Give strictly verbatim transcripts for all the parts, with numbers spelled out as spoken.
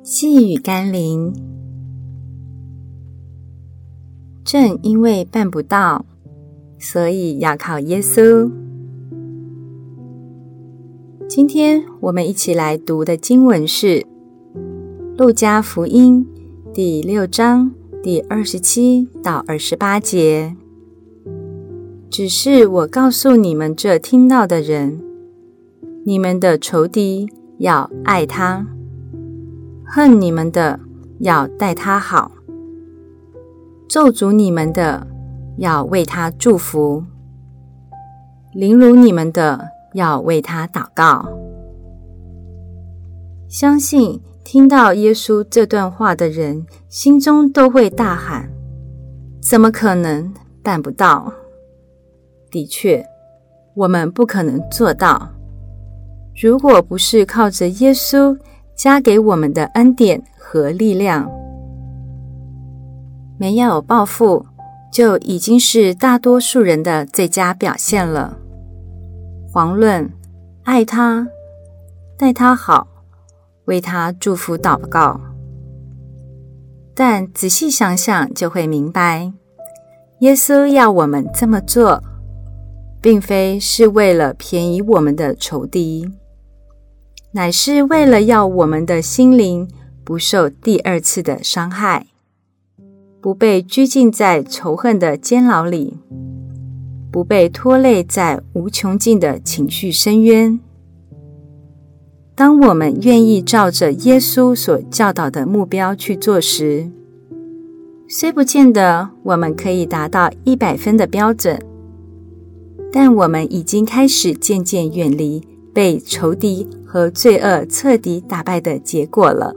细雨甘霖。正因为办不到，所以要靠耶稣。今天我们一起来读的经文是路加福音第六章第二十七到二十八节。只是我告诉你们这听到的人，你们的仇敌要爱他，恨你们的要待他好，咒诅你们的要为他祝福，凌辱你们的要为他祷告。相信听到耶稣这段话的人，心中都会大喊：怎么可能办不到？的确，我们不可能做到。如果不是靠着耶稣加给我们的恩典和力量，没有抱负就已经是大多数人的最佳表现了。遑论爱他、待他好、为他祝福祷告。但仔细想想就会明白，耶稣要我们这么做，并非是为了便宜我们的仇敌，乃是为了要我们的心灵不受第二次的伤害，不被拘禁在仇恨的监牢里，不被拖累在无穷尽的情绪深渊。当我们愿意照着耶稣所教导的目标去做时，虽不见得我们可以达到一百分的标准，但我们已经开始渐渐远离被仇敌和罪恶彻底打败的结果了。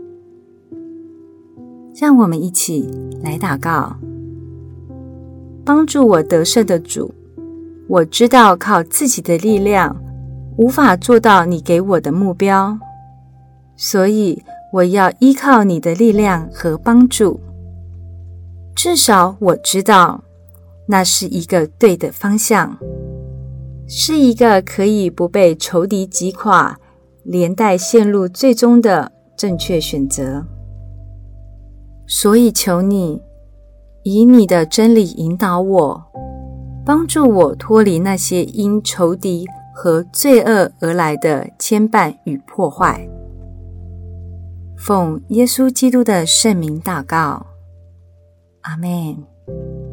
让我们一起来祷告。帮助我得胜的主，我知道靠自己的力量无法做到你给我的目标，所以我要依靠你的力量和帮助。至少我知道那是一个对的方向，是一个可以不被仇敌击垮，连带陷入最终的正确选择。所以求你以你的真理引导我，帮助我脱离那些因仇敌和罪恶而来的牵绊与破坏。奉耶稣基督的圣名祷告，阿们。